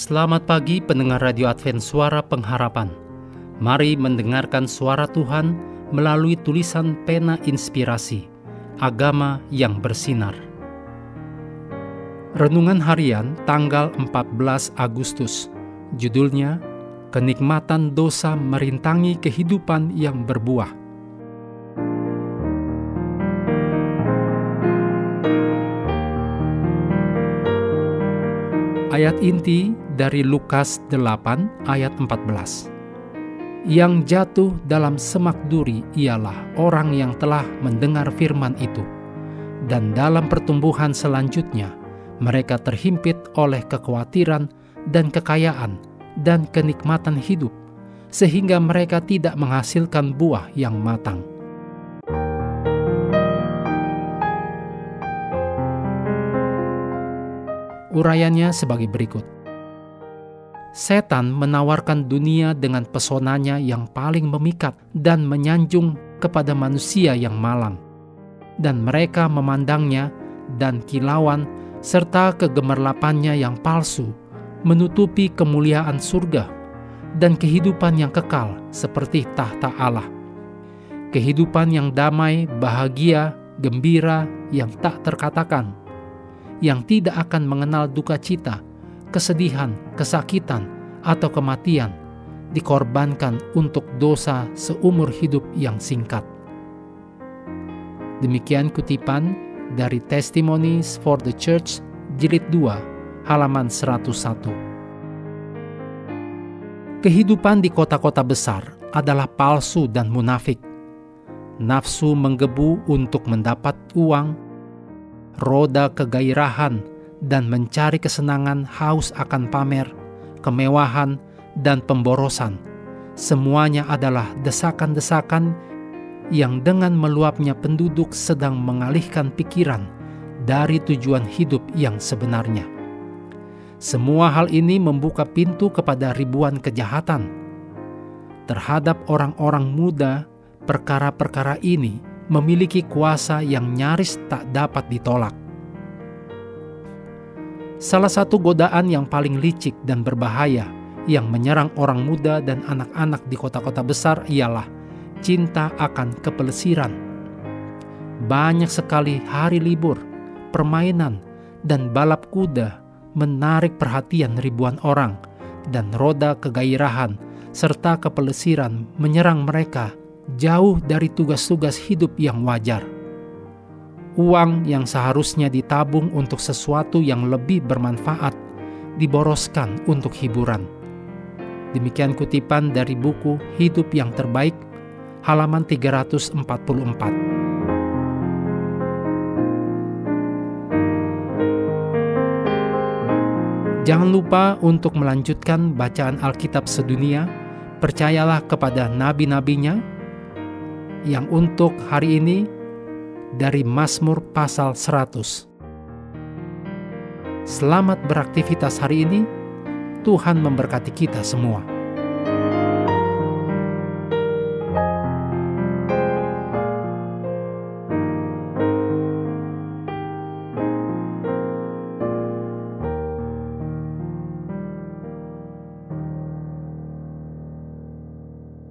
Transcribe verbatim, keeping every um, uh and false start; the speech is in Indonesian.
Selamat pagi pendengar Radio Advent Suara Pengharapan. Mari mendengarkan suara Tuhan melalui tulisan pena inspirasi, agama yang bersinar. Renungan harian tanggal empat belas Agustus. Judulnya, Kenikmatan Dosa Merintangi Kehidupan yang Berbuah. Ayat inti dari Lukas delapan ayat empat belas. Yang jatuh dalam semak duri ialah orang yang telah mendengar firman itu, dan dalam pertumbuhan selanjutnya mereka terhimpit oleh kekhawatiran dan kekayaan dan kenikmatan hidup, sehingga mereka tidak menghasilkan buah yang matang. Urayanya sebagai berikut. Setan menawarkan dunia dengan pesonanya yang paling memikat dan menyanjung kepada manusia yang malang. Dan mereka memandangnya dan kilauan serta kegemerlapannya yang palsu menutupi kemuliaan surga dan kehidupan yang kekal seperti tahta Allah. Kehidupan yang damai, bahagia, gembira yang tak terkatakan, yang tidak akan mengenal duka cita, kesedihan, kesakitan, atau kematian, dikorbankan untuk dosa seumur hidup yang singkat. Demikian kutipan dari Testimonies for the Church, jilid dua, halaman seratus satu. Kehidupan di kota-kota besar adalah palsu dan munafik. Nafsu menggebu untuk mendapat uang, roda kegairahan dan mencari kesenangan haus akan pamer, kemewahan, dan pemborosan. Semuanya adalah desakan-desakan yang dengan meluapnya penduduk sedang mengalihkan pikiran dari tujuan hidup yang sebenarnya. Semua hal ini membuka pintu kepada ribuan kejahatan. Terhadap orang-orang muda, perkara-perkara ini memiliki kuasa yang nyaris tak dapat ditolak. Salah satu godaan yang paling licik dan berbahaya yang menyerang orang muda dan anak-anak di kota-kota besar ialah cinta akan kepelesiran. Banyak sekali hari libur, permainan, dan balap kuda menarik perhatian ribuan orang, dan roda kegairahan serta kepelesiran menyerang mereka jauh dari tugas-tugas hidup yang wajar. Uang yang seharusnya ditabung untuk sesuatu yang lebih bermanfaat diboroskan untuk hiburan. Demikian kutipan dari buku Hidup yang Terbaik, halaman tiga ratus empat puluh empat. Jangan lupa untuk melanjutkan bacaan Alkitab sedunia. Percayalah kepada nabi-nabinya, yang untuk hari ini dari Mazmur pasal seratus. Selamat beraktivitas hari ini. Tuhan memberkati kita semua.